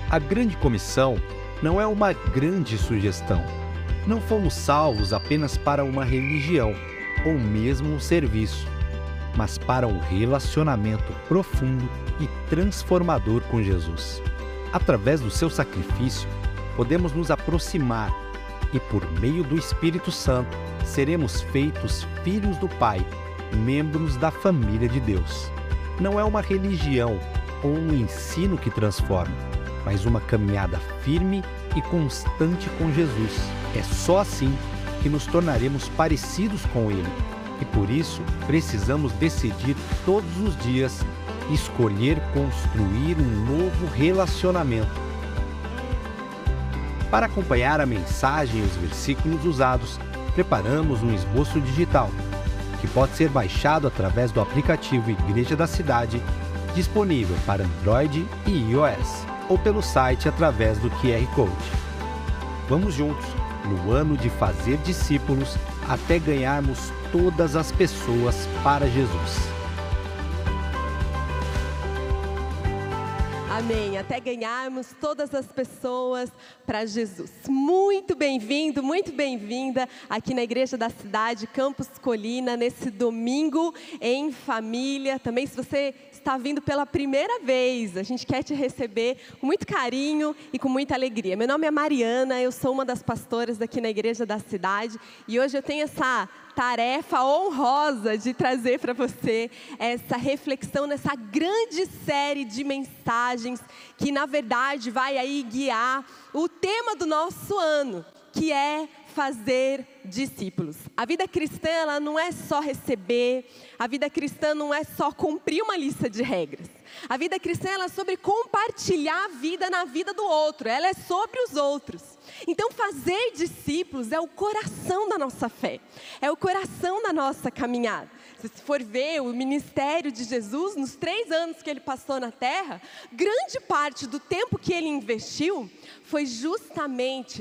A grande comissão não é uma grande sugestão. Não fomos salvos apenas para uma religião ou mesmo um serviço, mas para um relacionamento profundo e transformador com Jesus. Através do seu sacrifício, podemos nos aproximar e, por meio do Espírito Santo, seremos feitos filhos do Pai, membros da família de Deus. Não é uma religião ou um ensino que transforma, mas uma caminhada firme e constante com Jesus. É só assim que nos tornaremos parecidos com Ele. E por isso, precisamos decidir todos os dias escolher construir um novo relacionamento. Para acompanhar a mensagem e os versículos usados, preparamos um esboço digital, que pode ser baixado através do aplicativo Igreja da Cidade, disponível para Android e iOS, ou pelo site através do QR Code. Vamos juntos, no ano de fazer discípulos, até ganharmos todas as pessoas para Jesus. Amém. Até ganharmos todas as pessoas para Jesus. Muito bem-vindo, muito bem-vinda aqui na Igreja da Cidade, Campus Colina, nesse domingo em família. Também, se você está vindo pela primeira vez, a gente quer te receber com muito carinho e com muita alegria. Meu nome é Mariana, eu sou uma das pastoras daqui na Igreja da Cidade e hoje eu tenho essa tarefa honrosa de trazer para você essa reflexão nessa grande série de mensagens que, na verdade, vai aí guiar o tema do nosso ano, que é fazer discípulos. A vida cristã, ela não é só receber, a vida cristã não é só cumprir uma lista de regras. A vida cristã, ela é sobre compartilhar a vida na vida do outro, ela é sobre os outros. Então, fazer discípulos é o coração da nossa fé, é o coração da nossa caminhada. Se for ver o ministério de Jesus, nos 3 anos que ele passou na terra, grande parte do tempo que ele investiu foi justamente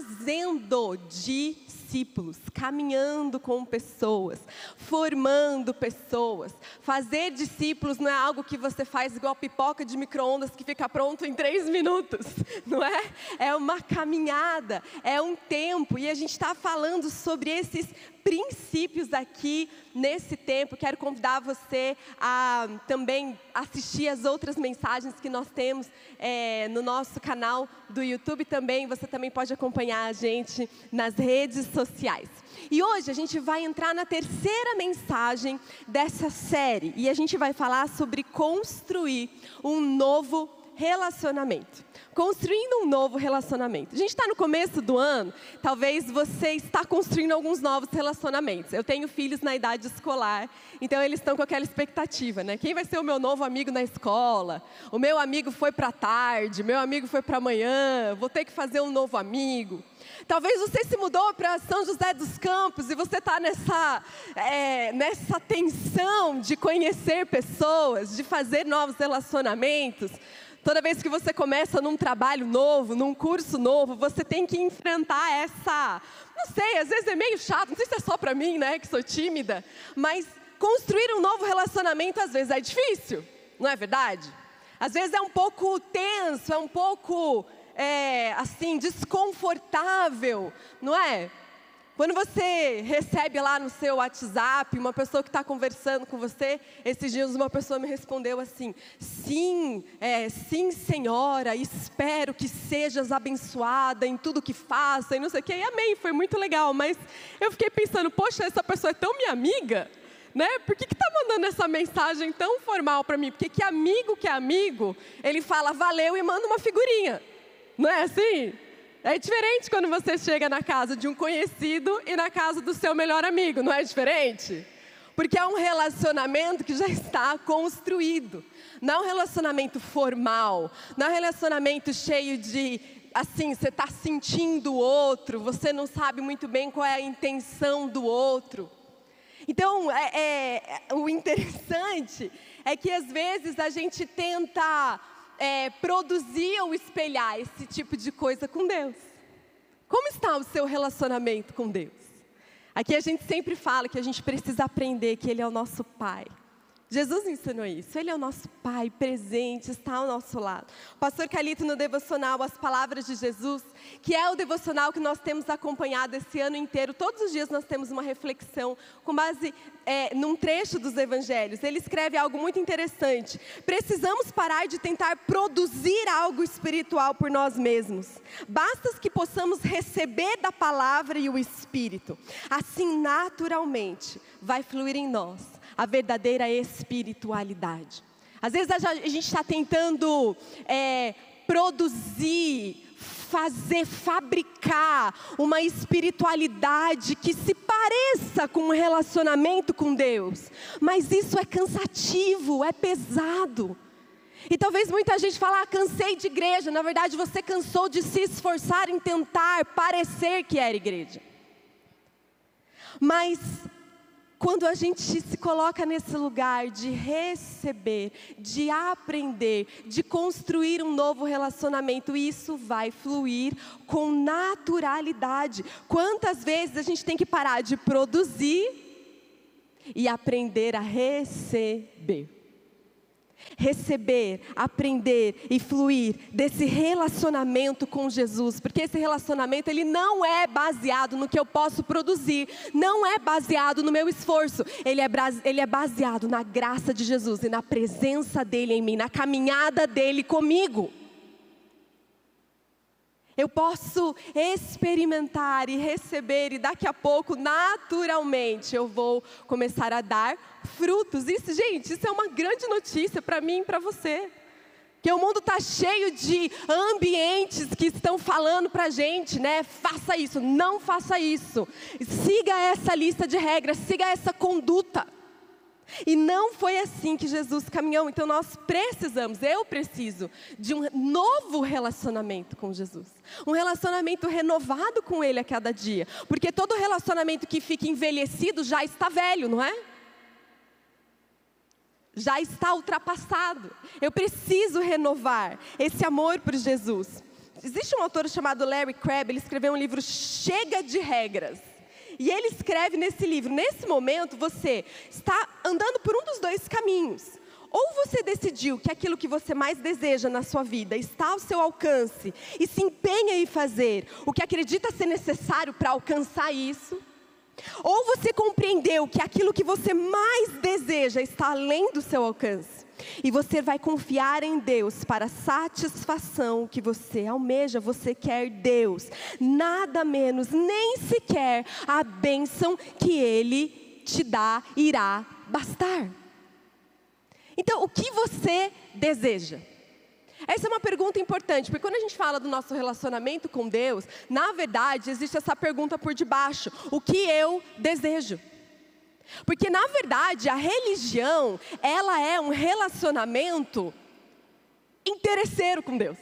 fazendo discípulos, caminhando com pessoas, formando pessoas. Fazer discípulos não é algo que você faz igual pipoca de micro-ondas que fica pronto em 3 minutos, não é? É uma caminhada, é um tempo, e a gente está falando sobre esses princípios aqui nesse tempo. Quero convidar você a também assistir as outras mensagens que nós temos no nosso canal do YouTube. Também você também pode acompanhar a gente nas redes sociais. E hoje a gente vai entrar na terceira mensagem dessa série e a gente vai falar sobre construir um novo relacionamento. Construindo um novo relacionamento. A gente está no começo do ano, talvez você está construindo alguns novos relacionamentos. Eu tenho filhos na idade escolar, então eles estão com aquela expectativa, né? Quem vai ser o meu novo amigo na escola? O meu amigo foi para a tarde, meu amigo foi para amanhã, vou ter que fazer um novo amigo. Talvez você se mudou para São José dos Campos e você está nessa tensão de conhecer pessoas, de fazer novos relacionamentos. Toda vez que você começa num trabalho novo, num curso novo, você tem que enfrentar não sei, às vezes é meio chato, não sei se é só para mim, né, que sou tímida, mas construir um novo relacionamento às vezes é difícil, não é verdade? Às vezes é um pouco tenso, é um pouco, desconfortável, não é? Quando você recebe lá no seu WhatsApp uma pessoa que está conversando com você, esses dias uma pessoa me respondeu assim: sim, senhora, espero que sejas abençoada em tudo que faça, e não sei o que, e amém, foi muito legal, mas eu fiquei pensando, poxa, essa pessoa é tão minha amiga, né? Por que está mandando essa mensagem tão formal para mim? Porque que é amigo, ele fala valeu e manda uma figurinha, não é assim? É diferente quando você chega na casa de um conhecido e na casa do seu melhor amigo, não é diferente? Porque é um relacionamento que já está construído. Não é um relacionamento formal, não é um relacionamento cheio de, você está sentindo o outro, você não sabe muito bem qual é a intenção do outro. Então, o interessante é que às vezes a gente tenta produzir ou espelhar esse tipo de coisa com Deus. Como está o seu relacionamento com Deus? Aqui a gente sempre fala que a gente precisa aprender que Ele é o nosso Pai, Jesus ensinou isso. Ele é o nosso Pai presente, está ao nosso lado. O pastor Calito, no devocional As Palavras de Jesus, que é o devocional que nós temos acompanhado esse ano inteiro, todos os dias nós temos uma reflexão com base num trecho dos evangelhos. Ele escreve algo muito interessante. Precisamos parar de tentar produzir algo espiritual por nós mesmos. Basta que possamos receber da palavra e o Espírito. Assim, naturalmente, vai fluir em nós a verdadeira espiritualidade. Às vezes a gente está tentando produzir, fabricar uma espiritualidade que se pareça com um relacionamento com Deus. Mas isso é cansativo, é pesado. E talvez muita gente fale, cansei de igreja. Na verdade, você cansou de se esforçar em tentar parecer que era igreja. Mas quando a gente se coloca nesse lugar de receber, de aprender, de construir um novo relacionamento, isso vai fluir com naturalidade. Quantas vezes a gente tem que parar de produzir e aprender a receber? Receber, aprender e fluir desse relacionamento com Jesus, porque esse relacionamento ele não é baseado no que eu posso produzir, não é baseado no meu esforço, ele é baseado na graça de Jesus e na presença dele em mim, na caminhada dele comigo. Eu posso experimentar e receber e daqui a pouco, naturalmente, eu vou começar a dar frutos. Isso, gente, isso é uma grande notícia para mim e para você. Que o mundo está cheio de ambientes que estão falando para a gente, né? Faça isso, não faça isso. Siga essa lista de regras, siga essa conduta. E não foi assim que Jesus caminhou. Então eu preciso de um novo relacionamento com Jesus. Um relacionamento renovado com Ele a cada dia. Porque todo relacionamento que fica envelhecido já está velho, não é? Já está ultrapassado. Eu preciso renovar esse amor por Jesus. Existe um autor chamado Larry Crabb, ele escreveu um livro Chega de Regras. E ele escreve nesse livro, nesse momento você está andando por um dos dois caminhos. Ou você decidiu que aquilo que você mais deseja na sua vida está ao seu alcance e se empenha em fazer o que acredita ser necessário para alcançar isso. Ou você compreendeu que aquilo que você mais deseja está além do seu alcance. E você vai confiar em Deus para a satisfação que você almeja. Você quer Deus, nada menos, nem sequer a bênção que Ele te dá irá bastar. Então, o que você deseja? Essa é uma pergunta importante, porque quando a gente fala do nosso relacionamento com Deus, na verdade, existe essa pergunta por debaixo: o que eu desejo? Porque na verdade, a religião, ela é um relacionamento interesseiro com Deus.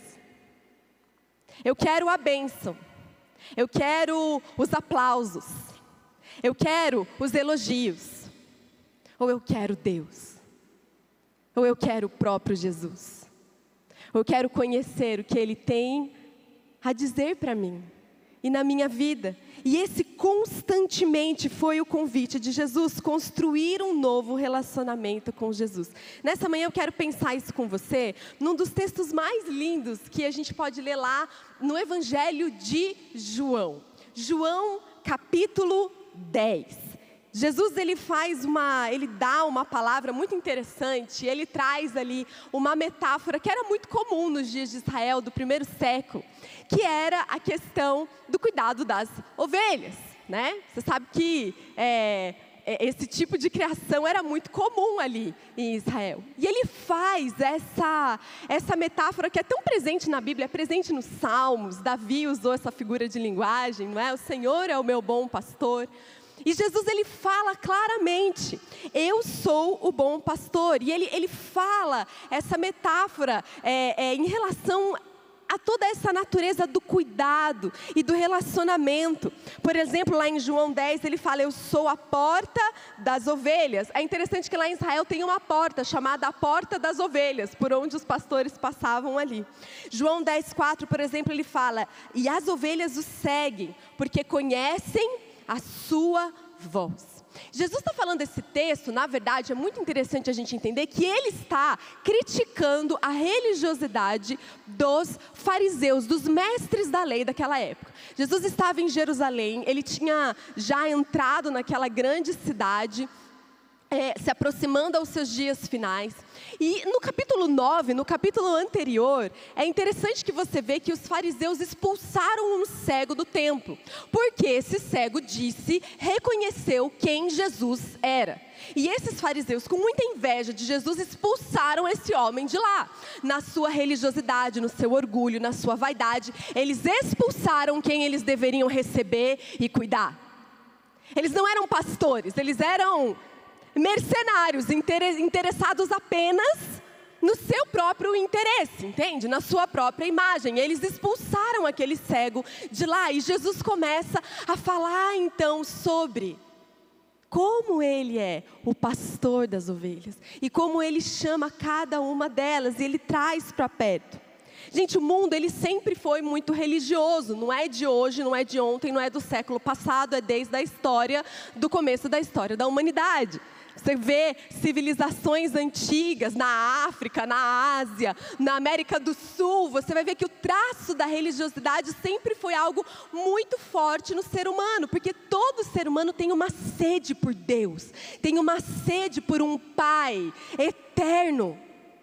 Eu quero a bênção, eu quero os aplausos, eu quero os elogios, ou eu quero Deus, ou eu quero o próprio Jesus. Eu quero conhecer o que Ele tem a dizer para mim e na minha vida. E esse constantemente foi o convite de Jesus, construir um novo relacionamento com Jesus. Nessa manhã eu quero pensar isso com você, num dos textos mais lindos que a gente pode ler lá no Evangelho de João. João capítulo 10. Jesus ele dá uma palavra muito interessante, ele traz ali uma metáfora que era muito comum nos dias de Israel do primeiro século, que era a questão do cuidado das ovelhas, né? Você sabe que esse tipo de criação era muito comum ali em Israel. E ele faz essa metáfora que é tão presente na Bíblia, é presente nos Salmos. Davi usou essa figura de linguagem, não é? O Senhor é o meu bom pastor. E Jesus ele fala claramente, eu sou o bom pastor. E ele fala essa metáfora em relação a toda essa natureza do cuidado e do relacionamento. Por exemplo, lá em João 10 ele fala, eu sou a porta das ovelhas. É interessante que lá em Israel tem uma porta chamada a porta das ovelhas, por onde os pastores passavam ali. João 10:4, por exemplo, ele fala, e as ovelhas o seguem, porque conhecem a sua voz. Jesus está falando esse texto, na verdade, é muito interessante a gente entender que ele está criticando a religiosidade dos fariseus, dos mestres da lei daquela época. Jesus estava em Jerusalém, ele tinha já entrado naquela grande cidade, se aproximando aos seus dias finais. E no capítulo 9, no capítulo anterior, é interessante que você vê que os fariseus expulsaram um cego do templo, porque esse cego reconheceu quem Jesus era. E esses fariseus, com muita inveja de Jesus, expulsaram esse homem de lá. Na sua religiosidade, no seu orgulho, na sua vaidade, eles expulsaram quem eles deveriam receber e cuidar. Eles não eram pastores, eles eram mercenários, interessados apenas no seu próprio interesse, entende? Na sua própria imagem. Eles expulsaram aquele cego de lá. E Jesus começa a falar então sobre como ele é o pastor das ovelhas. E como ele chama cada uma delas e ele traz para perto. Gente, o mundo, ele sempre foi muito religioso. Não é de hoje, não é de ontem, não é do século passado. É desde a história, do começo da história da humanidade. Você vê civilizações antigas na África, na Ásia, na América do Sul. Você vai ver que o traço da religiosidade sempre foi algo muito forte no ser humano. Porque todo ser humano tem uma sede por Deus. Tem uma sede por um Pai eterno.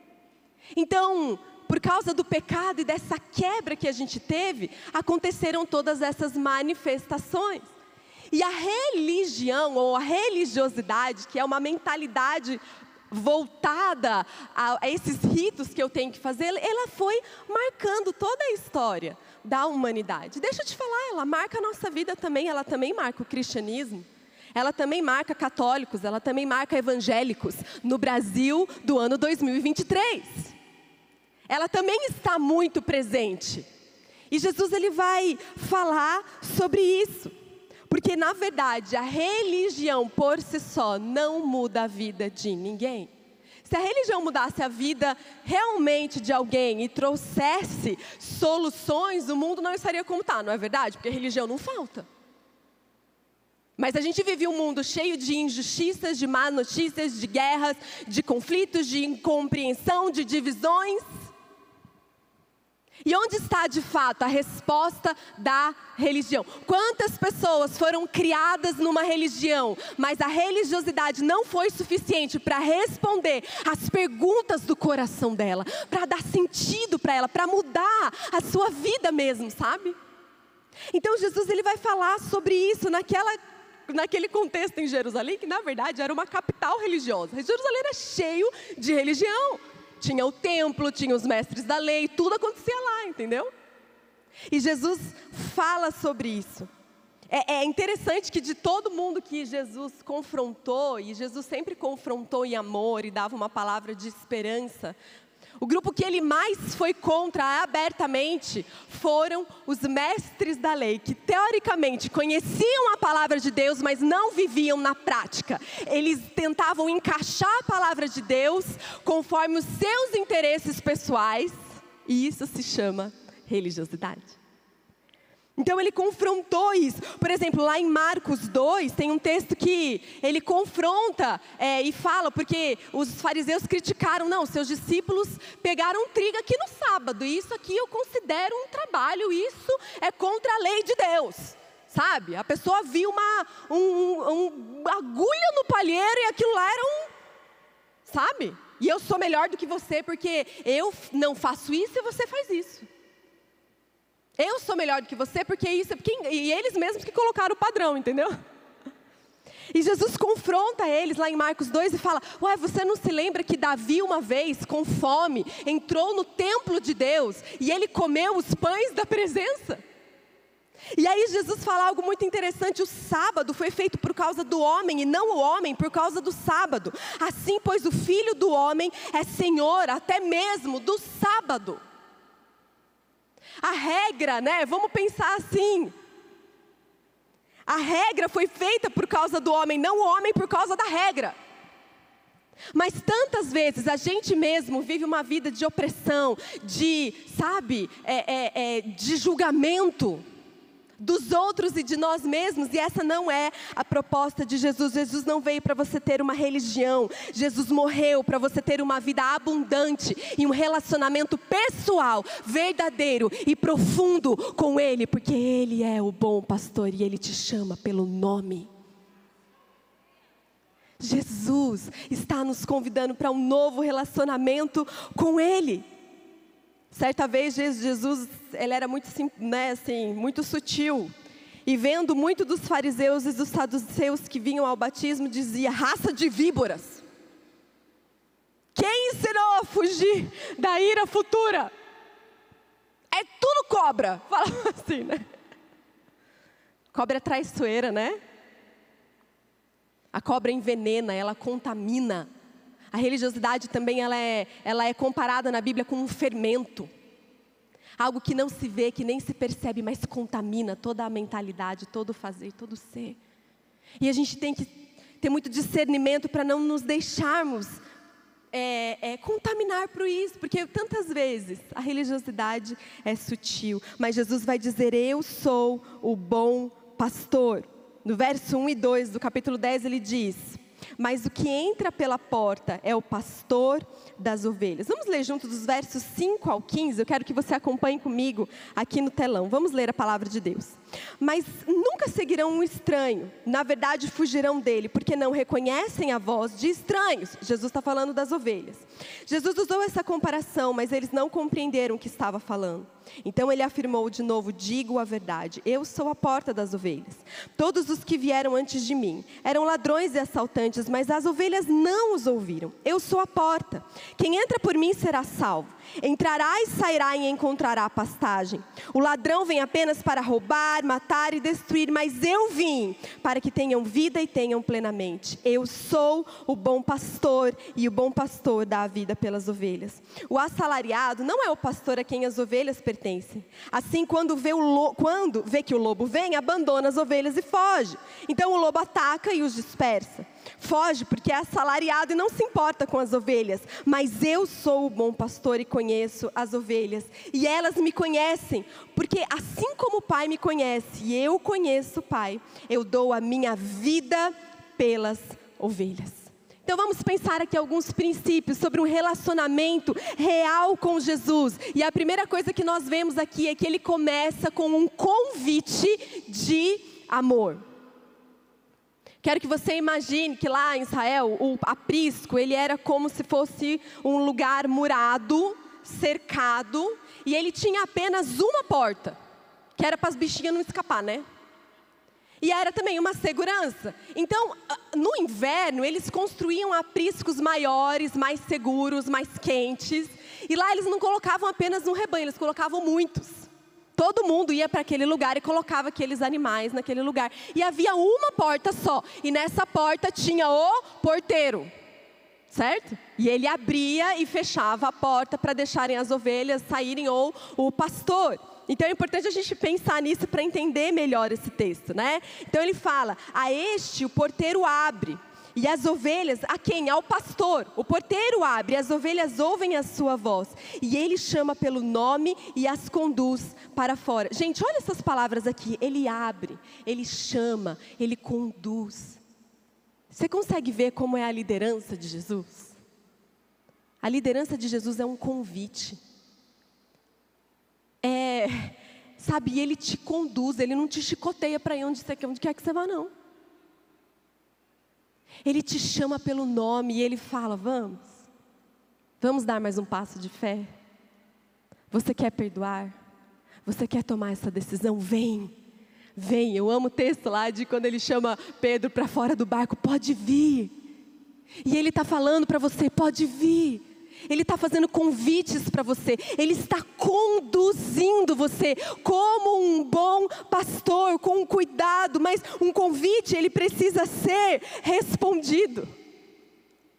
Então, por causa do pecado e dessa quebra que a gente teve, aconteceram todas essas manifestações. E a religião, ou a religiosidade, que é uma mentalidade voltada a esses ritos que eu tenho que fazer, ela foi marcando toda a história da humanidade. Deixa eu te falar, ela marca a nossa vida também, ela também marca o cristianismo. Ela também marca católicos, ela também marca evangélicos no Brasil do ano 2023. Ela também está muito presente. E Jesus, ele vai falar sobre isso. Porque, na verdade, a religião por si só não muda a vida de ninguém. Se a religião mudasse a vida realmente de alguém e trouxesse soluções, o mundo não estaria como está, não é verdade? Porque religião não falta. Mas a gente vive um mundo cheio de injustiças, de má notícias, de guerras, de conflitos, de incompreensão, de divisões. E onde está, de fato, a resposta da religião? Quantas pessoas foram criadas numa religião, mas a religiosidade não foi suficiente para responder às perguntas do coração dela, para dar sentido para ela, para mudar a sua vida mesmo, sabe? Então Jesus, ele vai falar sobre isso naquele contexto em Jerusalém, que na verdade era uma capital religiosa. Jerusalém era cheio de religião. Tinha o templo, tinha os mestres da lei, tudo acontecia lá, entendeu? E Jesus fala sobre isso. É interessante que de todo mundo que Jesus confrontou, e Jesus sempre confrontou em amor e dava uma palavra de esperança, o grupo que ele mais foi contra abertamente foram os mestres da lei, que teoricamente conheciam a palavra de Deus, mas não viviam na prática. Eles tentavam encaixar a palavra de Deus conforme os seus interesses pessoais, e isso se chama religiosidade. Então ele confrontou isso. Por exemplo, lá em Marcos 2, tem um texto que ele confronta e fala, porque os fariseus criticaram, não, seus discípulos pegaram trigo aqui no sábado, e isso aqui eu considero um trabalho, isso é contra a lei de Deus. Sabe? A pessoa viu uma agulha no palheiro e aquilo lá era sabe? E eu sou melhor do que você porque eu não faço isso e você faz isso. Eu sou melhor do que você porque isso, e eles mesmos que colocaram o padrão, entendeu? E Jesus confronta eles lá em Marcos 2 e fala, ué, você não se lembra que Davi uma vez, com fome, entrou no templo de Deus e ele comeu os pães da presença? E aí Jesus fala algo muito interessante, o sábado foi feito por causa do homem e não o homem por causa do sábado. Assim, pois o Filho do homem é Senhor até mesmo do sábado. A regra, né? Vamos pensar assim. A regra foi feita por causa do homem, não o homem por causa da regra. Mas tantas vezes a gente mesmo vive uma vida de opressão, de, sabe, de julgamento. dos outros e de nós mesmos, e essa não é a proposta de Jesus. Jesus não veio para você ter uma religião, Jesus morreu para você ter uma vida abundante e um relacionamento pessoal, verdadeiro e profundo com Ele, porque Ele é o bom pastor e Ele te chama pelo nome. Jesus está nos convidando para um novo relacionamento com Ele. Certa vez Jesus, ele era muito, muito sutil, e vendo muito dos fariseus e dos saduceus que vinham ao batismo, dizia: raça de víboras, quem ensinou a fugir da ira futura? É tudo cobra, falava assim, né? Cobra é traiçoeira, né? A cobra envenena, ela contamina. A religiosidade também ela é comparada na Bíblia com um fermento. Algo que não se vê, que nem se percebe, mas contamina toda a mentalidade, todo o fazer, todo o ser. E a gente tem que ter muito discernimento para não nos deixarmos contaminar por isso. Porque tantas vezes a religiosidade é sutil. Mas Jesus vai dizer: eu sou o bom pastor. No verso 1 e 2 do capítulo 10 ele diz: mas o que entra pela porta é o pastor das ovelhas. Vamos ler juntos dos versos 5 ao 15. Eu quero que você acompanhe comigo aqui no telão. Vamos ler a palavra de Deus. Mas nunca seguirão um estranho. Na verdade fugirão dele, porque não reconhecem a voz de estranhos. Jesus está falando das ovelhas. Jesus usou essa comparação, mas eles não compreenderam o que estava falando. Então ele afirmou de novo: digo a verdade, eu sou a porta das ovelhas. Todos os que vieram antes de mim eram ladrões e assaltantes, mas as ovelhas não os ouviram. Eu sou a porta. Quem entra por mim será salvo. Entrará e sairá e encontrará pastagem. O ladrão vem apenas para roubar, matar e destruir, mas eu vim para que tenham vida e tenham plenamente. Eu sou o bom pastor, e o bom pastor dá a vida pelas ovelhas. O assalariado não é o pastor a quem as ovelhas pertencem. Assim, quando vê que o lobo vem, abandona as ovelhas e foge. Então o lobo ataca e os dispersa. Foge porque é assalariado e não se importa com as ovelhas. Mas eu sou o bom pastor e conheço as ovelhas. E elas me conhecem, porque assim como o Pai me conhece e eu conheço o Pai, eu dou a minha vida pelas ovelhas. Então vamos pensar aqui alguns princípios sobre um relacionamento real com Jesus. E a primeira coisa que nós vemos aqui é que ele começa com um convite de amor. Quero que você imagine que lá em Israel, o aprisco, ele era como se fosse um lugar murado, cercado, e ele tinha apenas uma porta, que era para as bichinhas não escapar, né? E era também uma segurança. Então, no inverno, eles construíam apriscos maiores, mais seguros, mais quentes. E lá eles não colocavam apenas um rebanho, eles colocavam muitos. Todo mundo ia para aquele lugar e colocava aqueles animais naquele lugar. E havia uma porta só. E nessa porta tinha o porteiro. Certo? E ele abria e fechava a porta para deixarem as ovelhas saírem, ou o pastor. Então é importante a gente pensar nisso para entender melhor esse texto, né? Então ele fala: a este o porteiro abre. E as ovelhas, a quem? Ao pastor. O porteiro abre, as ovelhas ouvem a sua voz. E ele chama pelo nome e as conduz para fora. Gente, olha essas palavras aqui. Ele abre, ele chama, ele conduz. Você consegue ver como é a liderança de Jesus? A liderança de Jesus é um convite. Sabe, ele te conduz, ele não te chicoteia para ir onde quer que você vá, não. Ele te chama pelo nome e ele fala: vamos dar mais um passo de fé? Você quer perdoar? Você quer tomar essa decisão? Vem. Eu amo o texto lá de quando ele chama Pedro para fora do barco: pode vir. E ele está falando para você: pode vir. Ele está fazendo convites para você. Ele está conduzindo você como um bom pastor, com cuidado. Mas um convite, ele precisa ser respondido.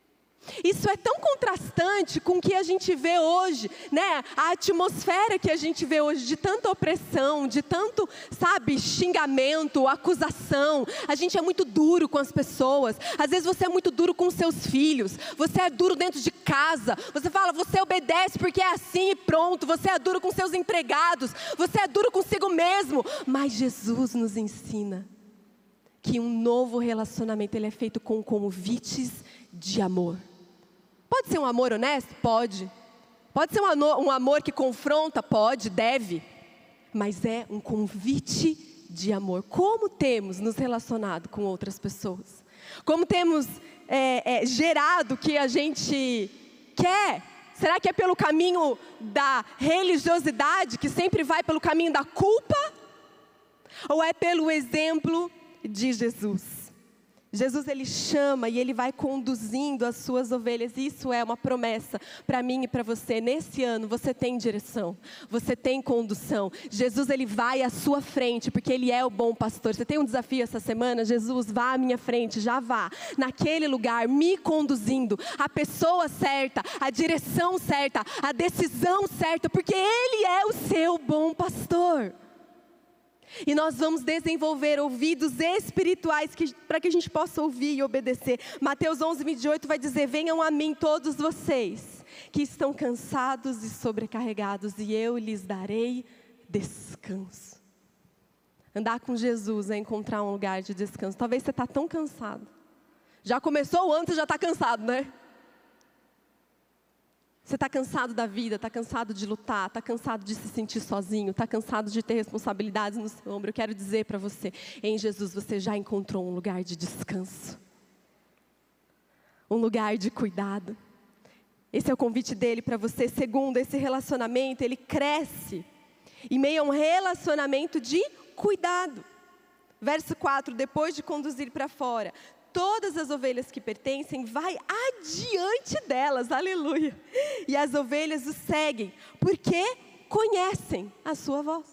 Isso é tão contrastante com o que a gente vê hoje, né? A atmosfera que a gente vê hoje de tanta opressão, de tanto, sabe, xingamento, acusação. A gente é muito duro com as pessoas. Às vezes você é muito duro com seus filhos. Você é duro dentro de casa. Você fala, você obedece porque é assim e pronto. Você é duro com seus empregados. Você é duro consigo mesmo. Mas Jesus nos ensina que um novo relacionamento ele é feito com convites de amor. Pode ser um amor honesto? Pode. Pode ser um amor que confronta? Pode, deve. Mas é um convite de amor. Como temos nos relacionado com outras pessoas? Como temos gerado o que a gente quer? Será que é pelo caminho da religiosidade, que sempre vai pelo caminho da culpa? Ou é pelo exemplo de Jesus? Jesus, ele chama e ele vai conduzindo as suas ovelhas. Isso é uma promessa para mim e para você. Nesse ano, você tem direção, você tem condução. Jesus, ele vai à sua frente, porque ele é o bom pastor. Você tem um desafio essa semana? Jesus, vá à minha frente, já vá. Naquele lugar, me conduzindo. A pessoa certa, a direção certa, a decisão certa, porque ele é o seu bom pastor. E nós vamos desenvolver ouvidos espirituais para que a gente possa ouvir e obedecer. Mateus 11:28 vai dizer, venham a mim todos vocês que estão cansados e sobrecarregados, e eu lhes darei descanso. Andar com Jesus é encontrar um lugar de descanso. Talvez você está tão cansado. Já começou o ano, você já está cansado, né? Você está cansado da vida, está cansado de lutar, está cansado de se sentir sozinho, está cansado de ter responsabilidades no seu ombro. Eu quero dizer para você, em Jesus você já encontrou um lugar de descanso. Um lugar de cuidado. Esse é o convite dele para você. Segundo, esse relacionamento, ele cresce em meio a um relacionamento de cuidado. Verso 4, depois de conduzir para fora todas as ovelhas que pertencem, vai adiante delas, aleluia. E as ovelhas o seguem, porque conhecem a sua voz.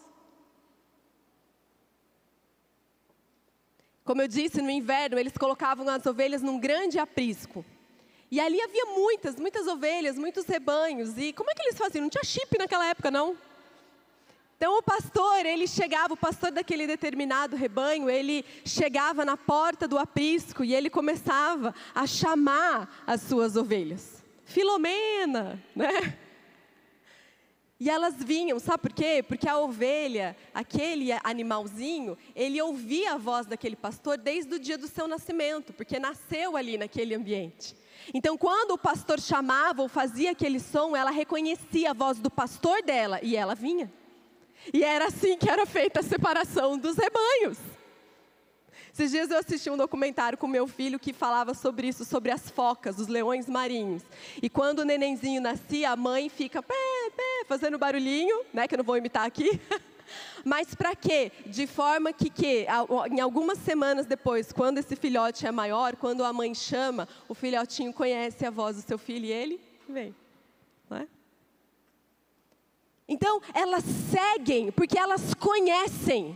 Como eu disse, no inverno, eles colocavam as ovelhas num grande aprisco. E ali havia muitas ovelhas, muitos rebanhos. E como é que eles faziam? Não tinha chip naquela época, não. Então o pastor, ele chegava, o pastor daquele determinado rebanho, ele chegava na porta do aprisco e ele começava a chamar as suas ovelhas. Filomena, né? E elas vinham, sabe por quê? Porque a ovelha, aquele animalzinho, ele ouvia a voz daquele pastor desde o dia do seu nascimento, porque nasceu ali naquele ambiente. Então quando o pastor chamava ou fazia aquele som, ela reconhecia a voz do pastor dela e ela vinha. E era assim que era feita a separação dos rebanhos. Esses dias eu assisti um documentário com meu filho que falava sobre isso, sobre as focas, os leões marinhos. E quando o nenenzinho nascia, a mãe fica pé, pé, fazendo barulhinho, né, que eu não vou imitar aqui. Mas para quê? De forma que em algumas semanas depois, quando esse filhote é maior, quando a mãe chama, o filhotinho conhece a voz do seu filho e ele vem, não é? Então, elas seguem porque elas conhecem.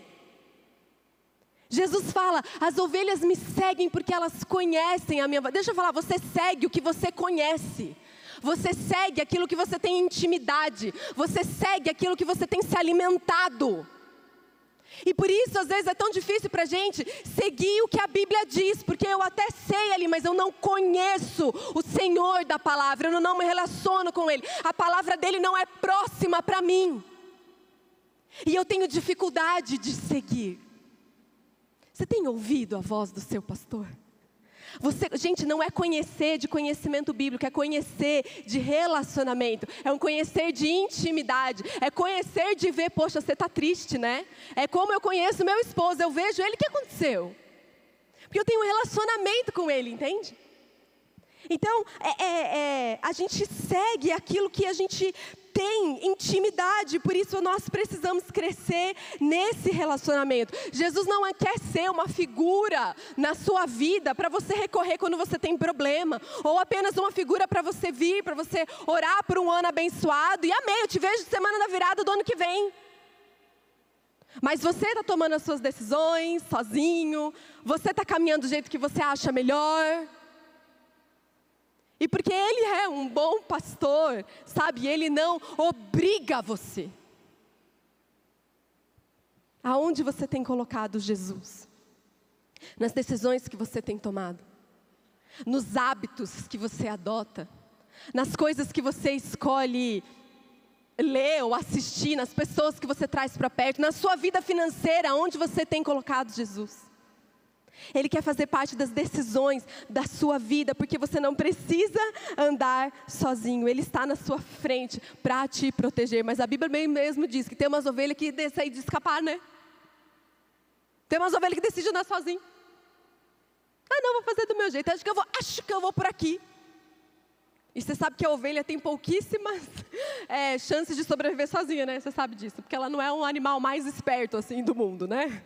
Jesus fala, as ovelhas me seguem porque elas conhecem a minha voz. Deixa eu falar, você segue o que você conhece. Você segue aquilo que você tem intimidade. Você segue aquilo que você tem se alimentado. E por isso, às vezes, é tão difícil para a gente seguir o que a Bíblia diz. Porque eu até sei ali, mas eu não conheço o Senhor da palavra. Eu não me relaciono com Ele. A palavra dEle não é próxima para mim. E eu tenho dificuldade de seguir. Você tem ouvido a voz do seu pastor? Gente, não é conhecer de conhecimento bíblico, é conhecer de relacionamento, é um conhecer de intimidade, é conhecer de ver, poxa, você está triste, né? É como eu conheço meu esposo, eu vejo ele, o que aconteceu? Porque eu tenho um relacionamento com ele, entende? Então, a gente segue aquilo que a gente tem intimidade, por isso nós precisamos crescer nesse relacionamento. Jesus não quer ser uma figura na sua vida para você recorrer quando você tem problema, ou apenas uma figura para você vir, para você orar por um ano abençoado, e amém, eu te vejo semana da virada do ano que vem. Mas você está tomando as suas decisões sozinho, você está caminhando do jeito que você acha melhor. E porque Ele é um bom pastor, sabe, Ele não obriga você. Aonde você tem colocado Jesus? Nas decisões que você tem tomado? Nos hábitos que você adota? Nas coisas que você escolhe ler ou assistir? Nas pessoas que você traz para perto? Na sua vida financeira, onde você tem colocado Jesus? Ele quer fazer parte das decisões da sua vida, porque você não precisa andar sozinho. Ele está na sua frente para te proteger. Mas a Bíblia mesmo diz que tem umas ovelhas que decidem de escapar, né? Tem umas ovelhas que decidem andar sozinho. Ah, não, vou fazer do meu jeito. Acho que eu vou por aqui. E você sabe que a ovelha tem pouquíssimas chances de sobreviver sozinha, né? Você sabe disso, porque ela não é um animal mais esperto assim do mundo, né?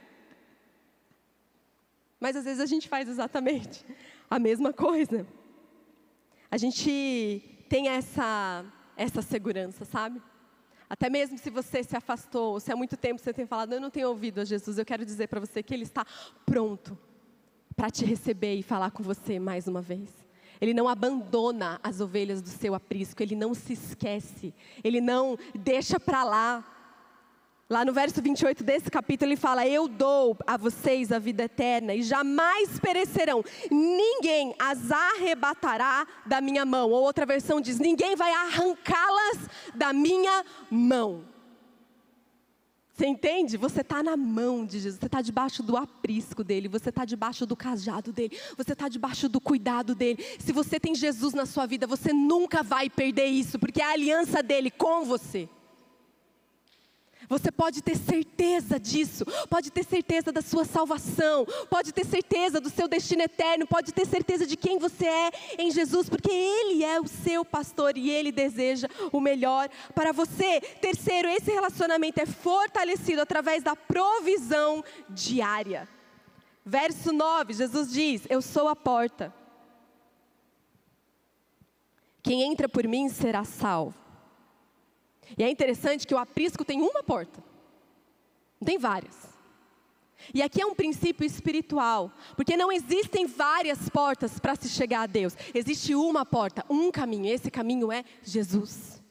Mas às vezes a gente faz exatamente a mesma coisa. A gente tem essa segurança, sabe? Até mesmo se você se afastou, ou se há muito tempo você tem falado, eu não tenho ouvido a Jesus, eu quero dizer para você que Ele está pronto para te receber e falar com você mais uma vez. Ele não abandona as ovelhas do seu aprisco, Ele não se esquece, Ele não deixa para lá. Lá no verso 28 desse capítulo ele fala, eu dou a vocês a vida eterna e jamais perecerão, ninguém as arrebatará da minha mão. Ou outra versão diz, ninguém vai arrancá-las da minha mão. Você entende? Você está na mão de Jesus, você está debaixo do aprisco dele, você está debaixo do cajado dele, você está debaixo do cuidado dele. Se você tem Jesus na sua vida, você nunca vai perder isso, porque é a aliança dele com você. Você pode ter certeza disso, pode ter certeza da sua salvação, pode ter certeza do seu destino eterno, pode ter certeza de quem você é em Jesus, porque Ele é o seu pastor e Ele deseja o melhor para você. Terceiro, esse relacionamento é fortalecido através da provisão diária. Verso 9, Jesus diz, eu sou a porta. Quem entra por mim será salvo. E é interessante que o aprisco tem uma porta, não tem várias. E aqui é um princípio espiritual, porque não existem várias portas para se chegar a Deus. Existe uma porta, um caminho, esse caminho é Jesus.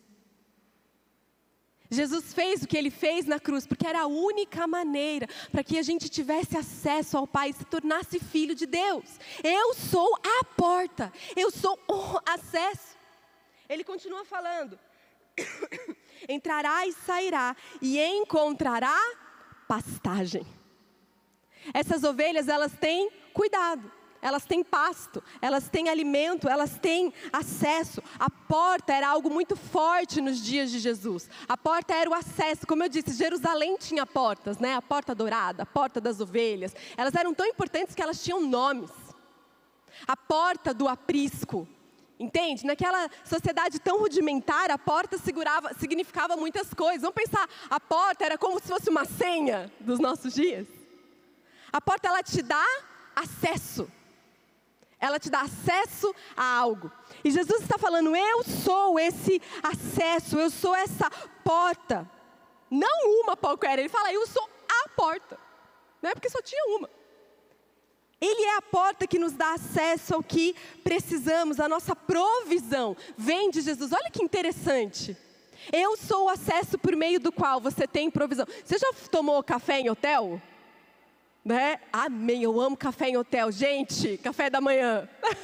Jesus fez o que Ele fez na cruz, porque era a única maneira para que a gente tivesse acesso ao Pai e se tornasse filho de Deus. Eu sou a porta, eu sou o acesso. Ele continua falando, entrará e sairá e encontrará pastagem. Essas ovelhas, elas têm cuidado, elas têm pasto, elas têm alimento, elas têm acesso. A porta era algo muito forte nos dias de Jesus. A porta era o acesso, como eu disse, Jerusalém tinha portas, né? A porta dourada, a porta das ovelhas. Elas eram tão importantes que elas tinham nomes. A porta do aprisco. Entende? Naquela sociedade tão rudimentar, a porta significava muitas coisas. Vamos pensar, a porta era como se fosse uma senha dos nossos dias. A porta, ela te dá acesso. Ela te dá acesso a algo. E Jesus está falando, eu sou esse acesso, eu sou essa porta. Não uma qualquer, ele fala, eu sou a porta. Não é porque só tinha uma. Ele é a porta que nos dá acesso ao que precisamos, a nossa provisão vem de Jesus. Olha que interessante. Eu sou o acesso por meio do qual você tem provisão. Você já tomou café em hotel? Né? Amém, eu amo café em hotel. Gente, café da manhã.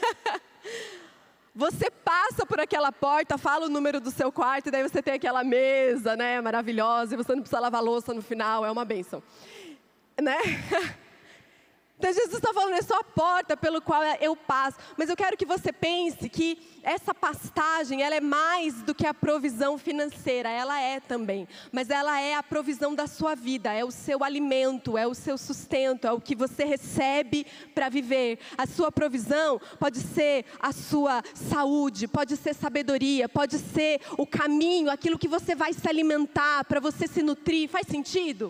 Você passa por aquela porta, fala o número do seu quarto, e daí você tem aquela mesa, né, maravilhosa, e você não precisa lavar louça no final, é uma bênção. Né? Então Jesus está falando, é só a porta pelo qual eu passo. Mas eu quero que você pense que essa pastagem, ela é mais do que a provisão financeira. Ela é também. Mas ela é a provisão da sua vida. É o seu alimento, é o seu sustento, é o que você recebe para viver. A sua provisão pode ser a sua saúde, pode ser sabedoria, pode ser o caminho, aquilo que você vai se alimentar, para você se nutrir. Faz sentido?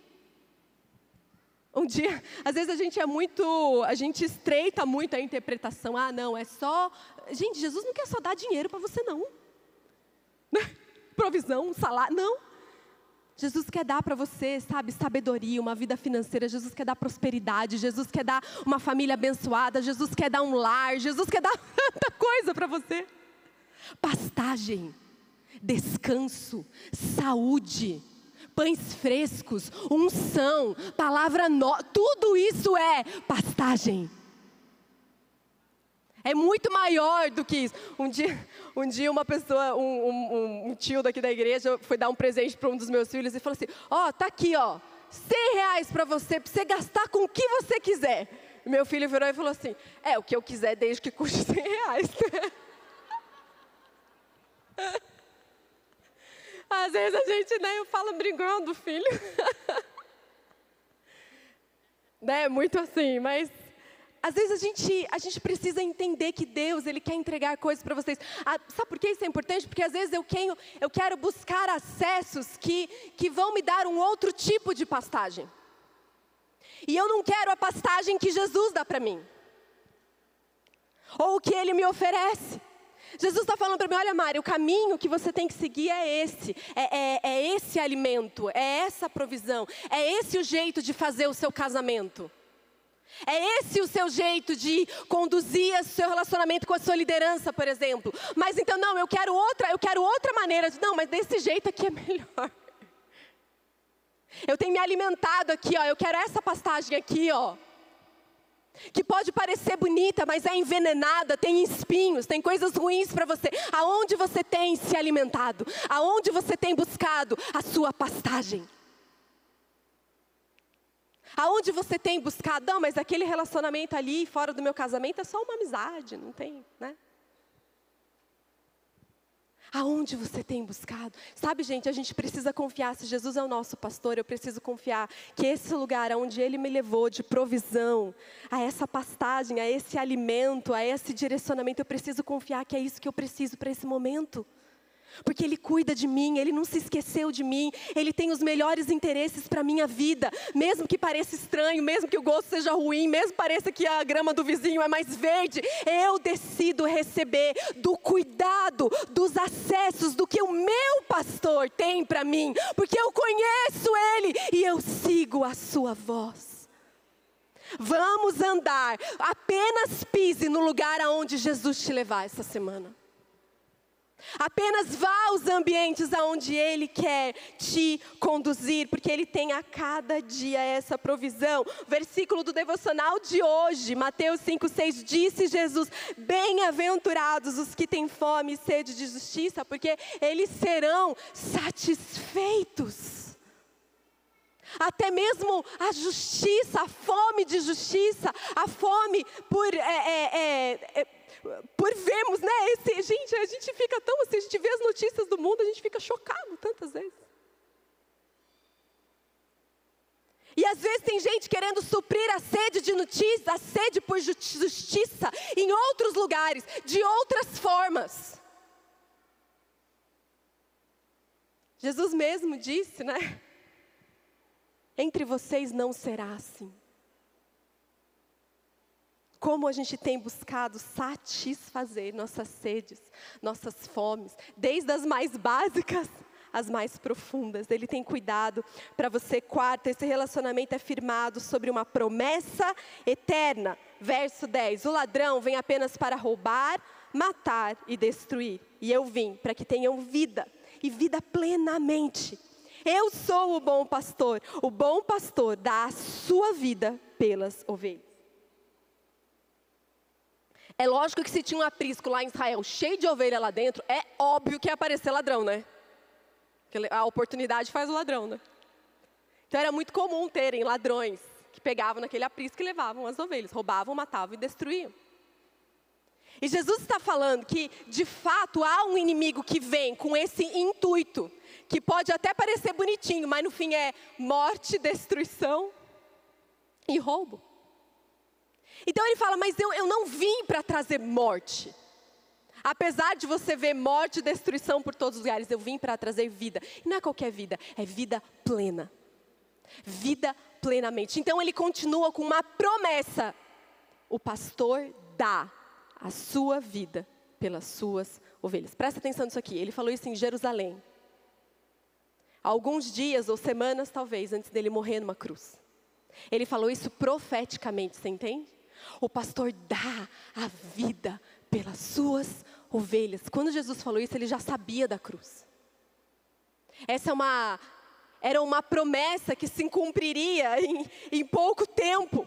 Um dia, às vezes a gente estreita muito a interpretação. Ah, não, é só... Gente, Jesus não quer só dar dinheiro para você, não. Provisão, salário, não. Jesus quer dar para você, sabe, sabedoria, uma vida financeira. Jesus quer dar prosperidade. Jesus quer dar uma família abençoada. Jesus quer dar um lar. Jesus quer dar tanta coisa para você. Pastagem, descanso, saúde, pães frescos, unção, palavra nova. Tudo isso é pastagem. É muito maior do que isso. Um dia uma pessoa, um tio daqui da igreja foi dar um presente para um dos meus filhos e falou assim: tá aqui, R$100 para você gastar com o que você quiser. E meu filho virou e falou assim: o que eu quiser desde que custe R$100. Às vezes a gente, eu falo brincando, filho. Muito assim, mas às vezes a gente precisa entender que Deus, Ele quer entregar coisas para vocês. Sabe por que isso é importante? Porque às vezes eu quero buscar acessos que vão me dar um outro tipo de pastagem. E eu não quero a pastagem que Jesus dá para mim. Ou o que Ele me oferece. Jesus está falando para mim: olha, Mari, o caminho que você tem que seguir é esse. É esse alimento, é essa provisão. É esse o jeito de fazer o seu casamento. É esse o seu jeito de conduzir o seu relacionamento com a sua liderança, por exemplo. Mas então, não, eu quero outra maneira. Não, mas desse jeito aqui é melhor. Eu tenho me alimentado aqui, eu quero essa pastagem aqui, que pode parecer bonita, mas é envenenada, tem espinhos, tem coisas ruins para você. Aonde você tem se alimentado? Aonde você tem buscado a sua pastagem? Aonde você tem buscado? Não, mas aquele relacionamento ali, fora do meu casamento, é só uma amizade, não tem, né? Aonde você tem buscado? Sabe, gente, a gente precisa confiar. Se Jesus é o nosso pastor, eu preciso confiar que esse lugar onde Ele me levou de provisão, a essa pastagem, a esse alimento, a esse direcionamento, eu preciso confiar que é isso que eu preciso para esse momento. Porque Ele cuida de mim, Ele não se esqueceu de mim, Ele tem os melhores interesses para a minha vida. Mesmo que pareça estranho, mesmo que o gosto seja ruim, mesmo que pareça que a grama do vizinho é mais verde, eu decido receber do cuidado, dos acessos, do que o meu pastor tem para mim. Porque eu conheço Ele e eu sigo a sua voz. Vamos andar, apenas pise no lugar aonde Jesus te levar essa semana. Apenas vá aos ambientes aonde Ele quer te conduzir, porque Ele tem a cada dia essa provisão. Versículo do devocional de hoje, Mateus 5,6, disse Jesus: bem-aventurados os que têm fome e sede de justiça, porque eles serão satisfeitos. Até mesmo a justiça, a fome de justiça, a fome por vermos, gente, a gente fica tão assim, a gente vê as notícias do mundo, a gente fica chocado tantas vezes. E às vezes tem gente querendo suprir a sede de notícia, a sede por justiça, em outros lugares, de outras formas. Jesus mesmo disse, entre vocês não será assim. Como a gente tem buscado satisfazer nossas sedes, nossas fomes, desde as mais básicas às mais profundas. Ele tem cuidado para você. Quarto, esse relacionamento é firmado sobre uma promessa eterna. Verso 10, o ladrão vem apenas para roubar, matar e destruir. E eu vim para que tenham vida, e vida plenamente. Eu sou o bom pastor dá a sua vida pelas ovelhas. É lógico que se tinha um aprisco lá em Israel cheio de ovelha lá dentro, é óbvio que ia aparecer ladrão, Porque a oportunidade faz o ladrão, Então era muito comum terem ladrões que pegavam naquele aprisco e levavam as ovelhas, roubavam, matavam e destruíam. E Jesus está falando que, de fato, há um inimigo que vem com esse intuito, que pode até parecer bonitinho, mas no fim é morte, destruição e roubo. Então ele fala, mas eu não vim para trazer morte. Apesar de você ver morte e destruição por todos os lugares, eu vim para trazer vida. E não é qualquer vida, é vida plena. Vida plenamente. Então ele continua com uma promessa. O pastor dá a sua vida pelas suas ovelhas. Presta atenção nisso aqui. Ele falou isso em Jerusalém. alguns dias ou semanas talvez antes dele morrer numa cruz. Ele falou isso profeticamente, você entende? O pastor dá a vida pelas suas ovelhas. Quando Jesus falou isso, ele já sabia da cruz. Era uma promessa que se cumpriria em pouco tempo.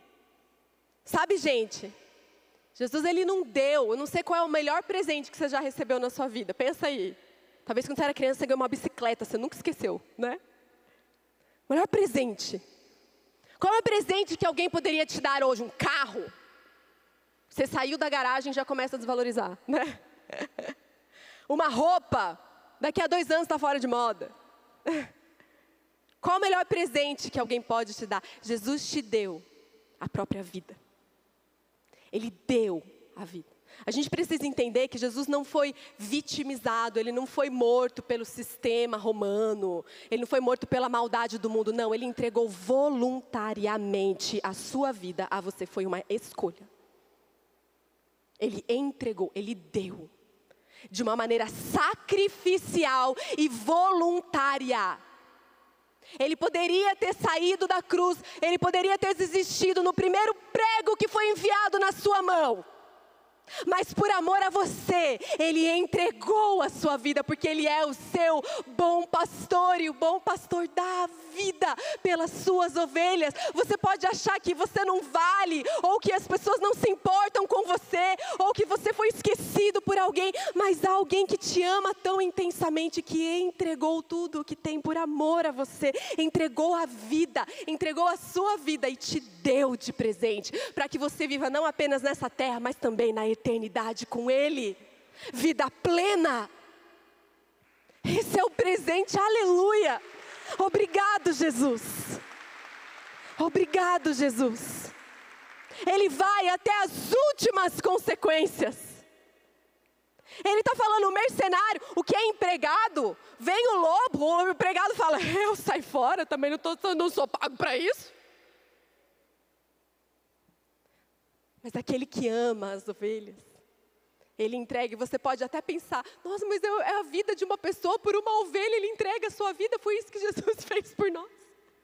Sabe, gente? Jesus, ele não deu, eu não sei qual é o melhor presente que você já recebeu na sua vida. Pensa aí. Talvez quando você era criança, você ganhou uma bicicleta, você nunca esqueceu, né? O melhor presente. Qual é o presente que alguém poderia te dar hoje? Um carro? Você saiu da garagem e já começa a desvalorizar, né? Uma roupa, daqui a 2 anos está fora de moda. Qual o melhor presente que alguém pode te dar? Jesus te deu a própria vida. Ele deu a vida. A gente precisa entender que Jesus não foi vitimizado, ele não foi morto pelo sistema romano, ele não foi morto pela maldade do mundo, não. Ele entregou voluntariamente a sua vida a você, foi uma escolha. Ele entregou, ele deu, de uma maneira sacrificial e voluntária. Ele poderia ter saído da cruz, ele poderia ter desistido no primeiro prego que foi enviado na sua mão. Mas por amor a você, ele entregou a sua vida, porque ele é o seu bom pastor, e o bom pastor dá a vida pelas suas ovelhas. Você pode achar que você não vale, ou que as pessoas não se importam com você, ou que você foi esquecido por alguém, mas há alguém que te ama tão intensamente, que entregou tudo o que tem por amor a você, entregou a vida, entregou a sua vida e te deu de presente, para que você viva não apenas nessa terra, mas também na eternidade com Ele, vida plena. Esse é o presente, aleluia. Obrigado, Jesus. Obrigado, Jesus. Ele vai até as últimas consequências. Ele está falando, o mercenário, o que é empregado, vem o lobo, o empregado fala, eu saio fora, também não sou pago para isso. Mas aquele que ama as ovelhas, ele entrega, e você pode até pensar, nossa, mas é a vida de uma pessoa por uma ovelha, ele entrega a sua vida, foi isso que Jesus fez por nós.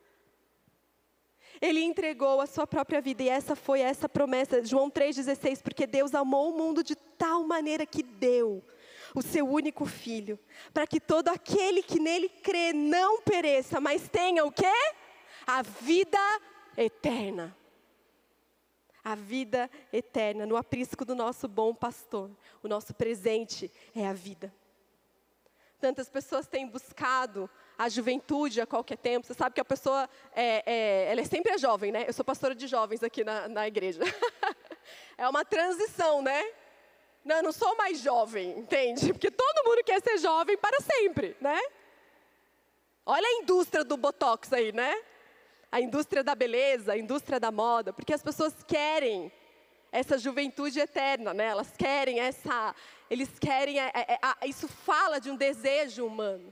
Ele entregou a sua própria vida, e essa foi essa promessa, João 3,16, porque Deus amou o mundo de tal maneira que deu o seu único Filho, para que todo aquele que nele crê não pereça, mas tenha o quê? A vida eterna. A vida eterna, no aprisco do nosso bom pastor. O nosso presente é a vida. Tantas pessoas têm buscado a juventude a qualquer tempo. Você sabe que a pessoa, ela sempre é jovem, né? Eu sou pastora de jovens aqui na igreja. É uma transição, né? Não, eu não sou mais jovem, entende? Porque todo mundo quer ser jovem para sempre, né? Olha a indústria do Botox aí, né? A indústria da beleza, a indústria da moda, porque as pessoas querem essa juventude eterna, né? Eles querem, isso fala de um desejo humano.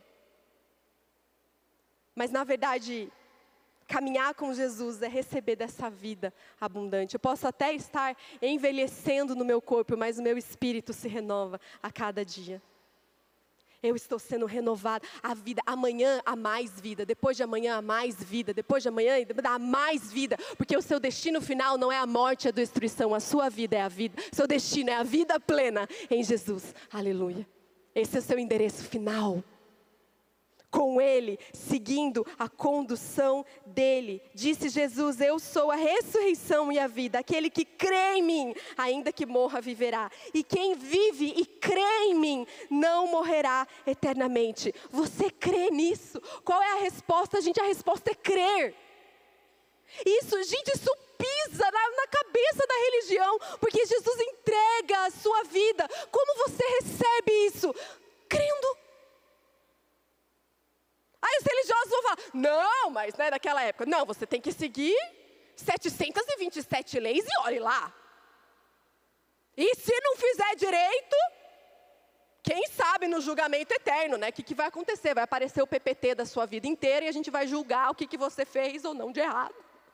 Mas na verdade, caminhar com Jesus é receber dessa vida abundante. Eu posso até estar envelhecendo no meu corpo, mas o meu espírito se renova a cada dia. Eu estou sendo renovado, a vida, amanhã há mais vida, depois de amanhã há mais vida, depois de amanhã há mais vida, porque o seu destino final não é a morte e a destruição, a sua vida é a vida, seu destino é a vida plena em Jesus, aleluia. Esse é o seu endereço final. Com Ele, seguindo a condução dEle. Disse Jesus, eu sou a ressurreição e a vida. Aquele que crê em mim, ainda que morra, viverá. E quem vive e crê em mim, não morrerá eternamente. Você crê nisso? Qual é a resposta, gente? A resposta é crer. Isso pisa na cabeça da religião, porque Jesus entrega a sua vida. Como você recebe isso? Crendo. Aí os religiosos vão falar, não, mas naquela época, não, você tem que seguir 727 leis e olhe lá. E se não fizer direito, quem sabe no julgamento eterno, né? O que vai acontecer? Vai aparecer o PPT da sua vida inteira e a gente vai julgar o que você fez ou não de errado.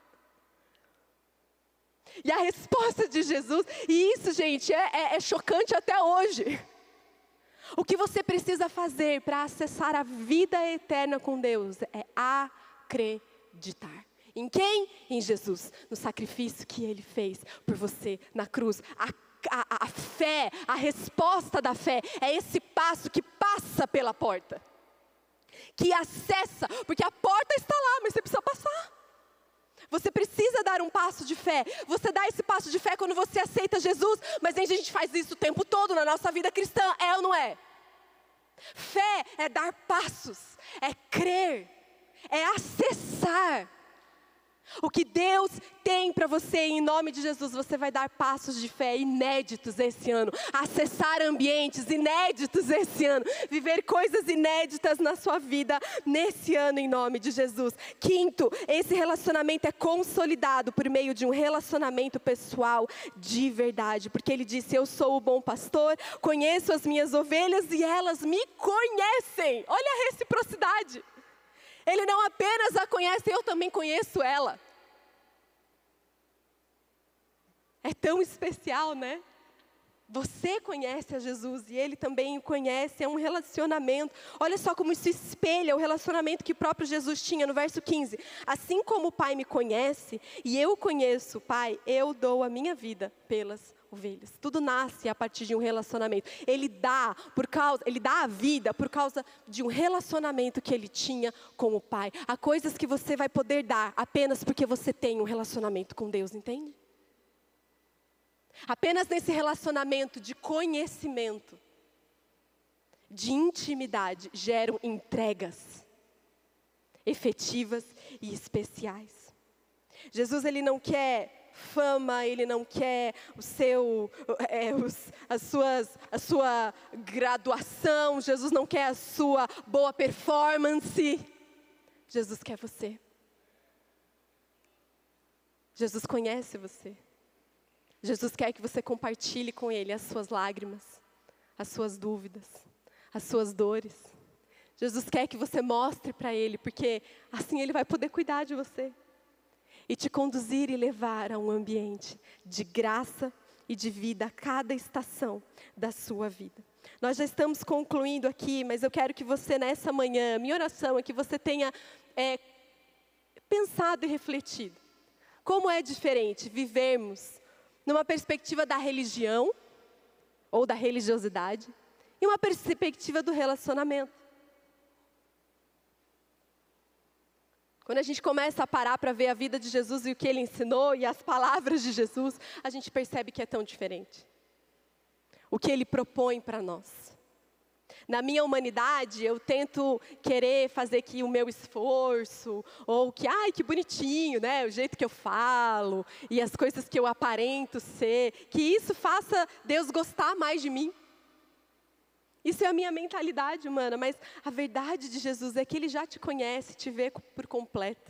E a resposta de Jesus, e isso, gente, é chocante até hoje. O que você precisa fazer para acessar a vida eterna com Deus é acreditar. Em quem? Em Jesus, no sacrifício que Ele fez por você na cruz. A fé, a resposta da fé é esse passo que passa pela porta, que acessa, porque a porta está lá, mas você precisa passar. Você precisa dar um passo de fé. Você dá esse passo de fé quando você aceita Jesus, mas a gente faz isso o tempo todo na nossa vida cristã, é ou não é? Fé é dar passos, é crer, é acessar o que Deus tem para você. Em nome de Jesus, você vai dar passos de fé inéditos esse ano, acessar ambientes inéditos esse ano, viver coisas inéditas na sua vida nesse ano, em nome de Jesus. Quinto, esse relacionamento é consolidado por meio de um relacionamento pessoal de verdade, porque Ele disse: eu sou o bom pastor, conheço as minhas ovelhas e elas me conhecem. Olha a reciprocidade. Ele não apenas a conhece, eu também conheço ela. É tão especial, né? Você conhece a Jesus e Ele também o conhece, é um relacionamento. Olha só como isso espelha o relacionamento que o próprio Jesus tinha no verso 15. Assim como o Pai me conhece e eu conheço o Pai, eu dou a minha vida pelas ovelhas. Tudo nasce a partir de um relacionamento. Ele dá a vida por causa de um relacionamento que Ele tinha com o Pai. Há coisas que você vai poder dar apenas porque você tem um relacionamento com Deus, entende? Apenas nesse relacionamento de conhecimento, de intimidade, geram entregas efetivas e especiais. Jesus, Ele não quer fama, Ele não quer a sua graduação, Jesus não quer a sua boa performance. Jesus quer você. Jesus conhece você. Jesus quer que você compartilhe com Ele as suas lágrimas, as suas dúvidas, as suas dores. Jesus quer que você mostre para Ele, porque assim Ele vai poder cuidar de você e te conduzir e levar a um ambiente de graça e de vida a cada estação da sua vida. Nós já estamos concluindo aqui, mas eu quero que você nessa manhã, minha oração é que você tenha pensado e refletido. Como é diferente vivermos numa perspectiva da religião, ou da religiosidade, e uma perspectiva do relacionamento. Quando a gente começa a parar para ver a vida de Jesus e o que Ele ensinou, e as palavras de Jesus, a gente percebe que é tão diferente. O que Ele propõe para nós. Na minha humanidade, eu tento querer fazer que o meu esforço, ou que, que bonitinho, né? O jeito que eu falo, e as coisas que eu aparento ser, que isso faça Deus gostar mais de mim. Isso é a minha mentalidade humana, mas a verdade de Jesus é que Ele já te conhece, te vê por completo.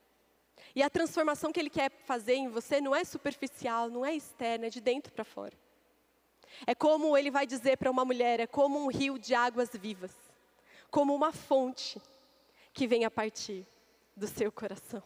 E a transformação que Ele quer fazer em você não é superficial, não é externa, é de dentro para fora. É como Ele vai dizer para uma mulher, é como um rio de águas vivas, como uma fonte que vem a partir do seu coração.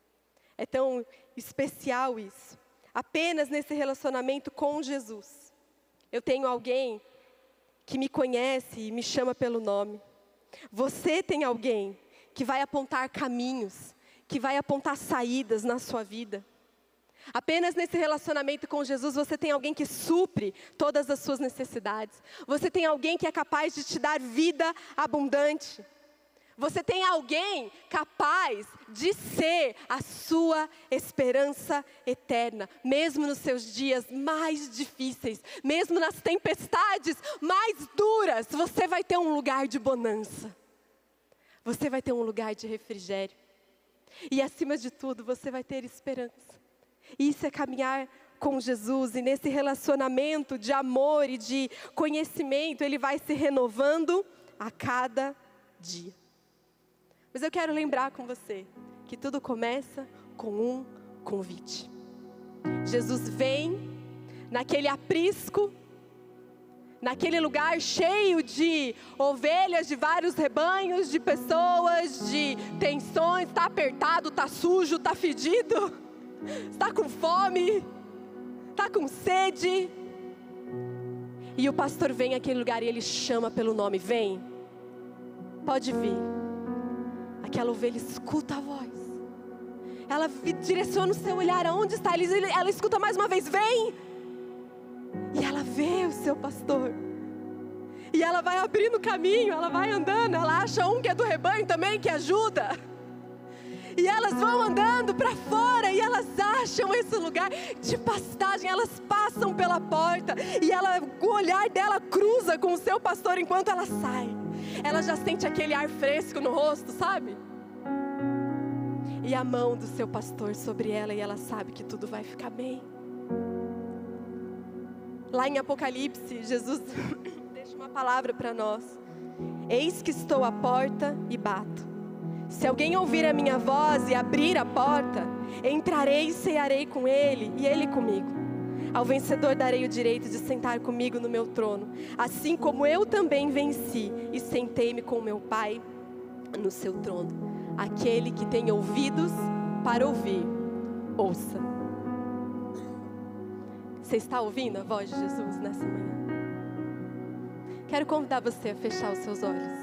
É tão especial isso. Apenas nesse relacionamento com Jesus, eu tenho alguém que me conhece e me chama pelo nome. Você tem alguém que vai apontar caminhos, que vai apontar saídas na sua vida. Apenas nesse relacionamento com Jesus, você tem alguém que supre todas as suas necessidades. Você tem alguém que é capaz de te dar vida abundante. Você tem alguém capaz de ser a sua esperança eterna. Mesmo nos seus dias mais difíceis, mesmo nas tempestades mais duras, você vai ter um lugar de bonança. Você vai ter um lugar de refrigério. E acima de tudo, você vai ter esperança. Isso é caminhar com Jesus, e nesse relacionamento de amor e de conhecimento, Ele vai se renovando a cada dia. Mas eu quero lembrar com você que tudo começa com um convite. Jesus vem naquele aprisco, naquele lugar cheio de ovelhas, de vários rebanhos, de pessoas, de tensões, está apertado, está sujo, está fedido. Está com fome, está com sede. E o pastor vem àquele lugar e ele chama pelo nome: vem, pode vir. Aquela ovelha escuta a voz, ela direciona o seu olhar aonde está, ela escuta mais uma vez: vem. E ela vê o seu pastor, e ela vai abrindo o caminho, ela vai andando, ela acha um que é do rebanho também, que ajuda. E elas vão andando para fora e elas acham esse lugar de pastagem. Elas passam pela porta e o olhar dela cruza com o seu pastor enquanto ela sai. Ela já sente aquele ar fresco no rosto, sabe? E a mão do seu pastor sobre ela, e ela sabe que tudo vai ficar bem. Lá em Apocalipse, Jesus deixa uma palavra para nós: eis que estou à porta e bato. Se alguém ouvir a minha voz e abrir a porta, entrarei e cearei com ele e ele comigo. Ao vencedor darei o direito de sentar comigo no meu trono, assim como eu também venci e sentei-me com meu Pai no seu trono. Aquele que tem ouvidos para ouvir, ouça. Você está ouvindo a voz de Jesus nessa manhã? Quero convidar você a fechar os seus olhos.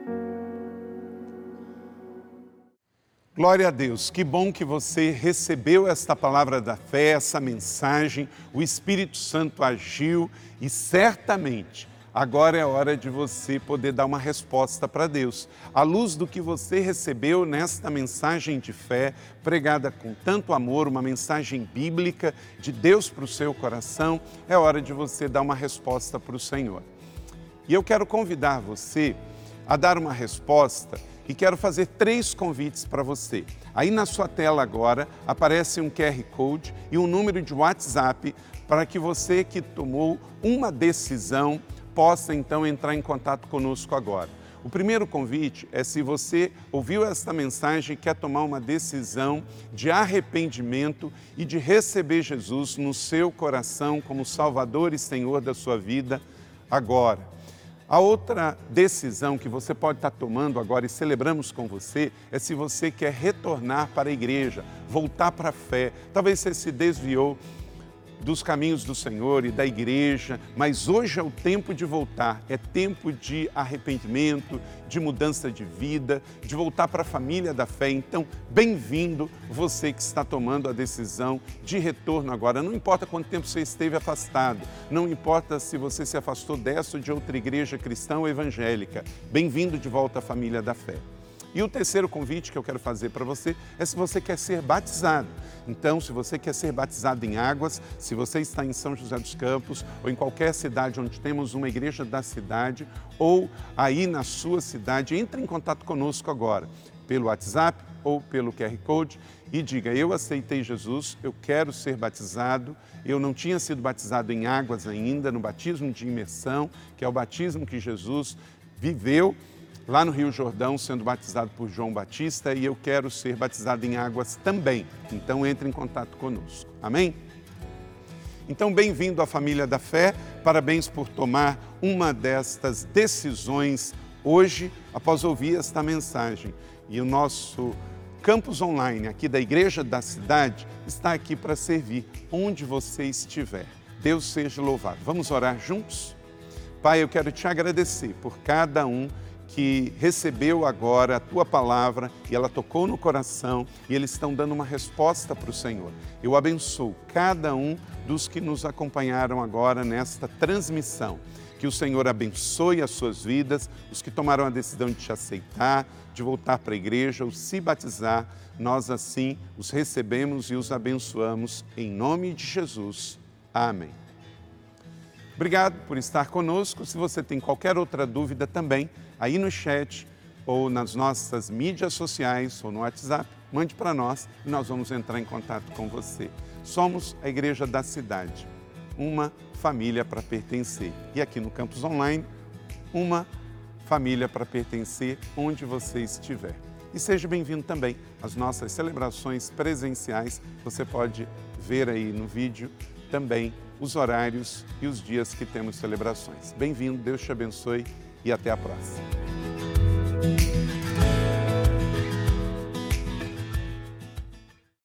Glória a Deus, que bom que você recebeu esta palavra da fé, essa mensagem, o Espírito Santo agiu e certamente agora é hora de você poder dar uma resposta para Deus. À luz do que você recebeu nesta mensagem de fé, pregada com tanto amor, uma mensagem bíblica de Deus para o seu coração, é hora de você dar uma resposta para o Senhor. E eu quero convidar você a dar uma resposta e quero fazer 3 convites para você. Aí na sua tela agora aparece um QR Code e um número de WhatsApp para que você que tomou uma decisão possa então entrar em contato conosco agora. O primeiro convite é se você ouviu esta mensagem e quer tomar uma decisão de arrependimento e de receber Jesus no seu coração como Salvador e Senhor da sua vida agora. A outra decisão que você pode estar tomando agora e celebramos com você é se você quer retornar para a igreja, voltar para a fé. Talvez você se desviou dos caminhos do Senhor e da igreja, mas hoje é o tempo de voltar, é tempo de arrependimento, de mudança de vida, de voltar para a família da fé. Então, bem-vindo você que está tomando a decisão de retorno agora. Não importa quanto tempo você esteve afastado, não importa se você se afastou dessa ou de outra igreja cristã ou evangélica, bem-vindo de volta à família da fé. E o terceiro convite que eu quero fazer para você é se você quer ser batizado. Então, se você quer ser batizado em águas, se você está em São José dos Campos ou em qualquer cidade onde temos uma igreja da cidade ou aí na sua cidade, entre em contato conosco agora, pelo WhatsApp ou pelo QR Code e diga: eu aceitei Jesus, eu quero ser batizado, eu não tinha sido batizado em águas ainda, no batismo de imersão, que é o batismo que Jesus viveu lá no Rio Jordão, sendo batizado por João Batista, e eu quero ser batizado em águas também. Então, entre em contato conosco. Amém? Então, bem-vindo à família da fé. Parabéns por tomar uma destas decisões hoje, após ouvir esta mensagem. E o nosso campus online aqui da Igreja da Cidade está aqui para servir onde você estiver. Deus seja louvado. Vamos orar juntos? Pai, eu quero te agradecer por cada um que recebeu agora a Tua palavra e ela tocou no coração e eles estão dando uma resposta para o Senhor. Eu abençoo cada um dos que nos acompanharam agora nesta transmissão. Que o Senhor abençoe as suas vidas, os que tomaram a decisão de te aceitar, de voltar para a igreja ou se batizar, nós assim os recebemos e os abençoamos em nome de Jesus. Amém. Obrigado por estar conosco. Se você tem qualquer outra dúvida também, aí no chat ou nas nossas mídias sociais ou no WhatsApp, mande para nós e nós vamos entrar em contato com você. Somos a Igreja da Cidade, uma família para pertencer. E aqui no Campus Online, uma família para pertencer onde você estiver. E seja bem-vindo também às nossas celebrações presenciais. Você pode ver aí no vídeo também os horários e os dias que temos celebrações. Bem-vindo, Deus te abençoe e até a próxima.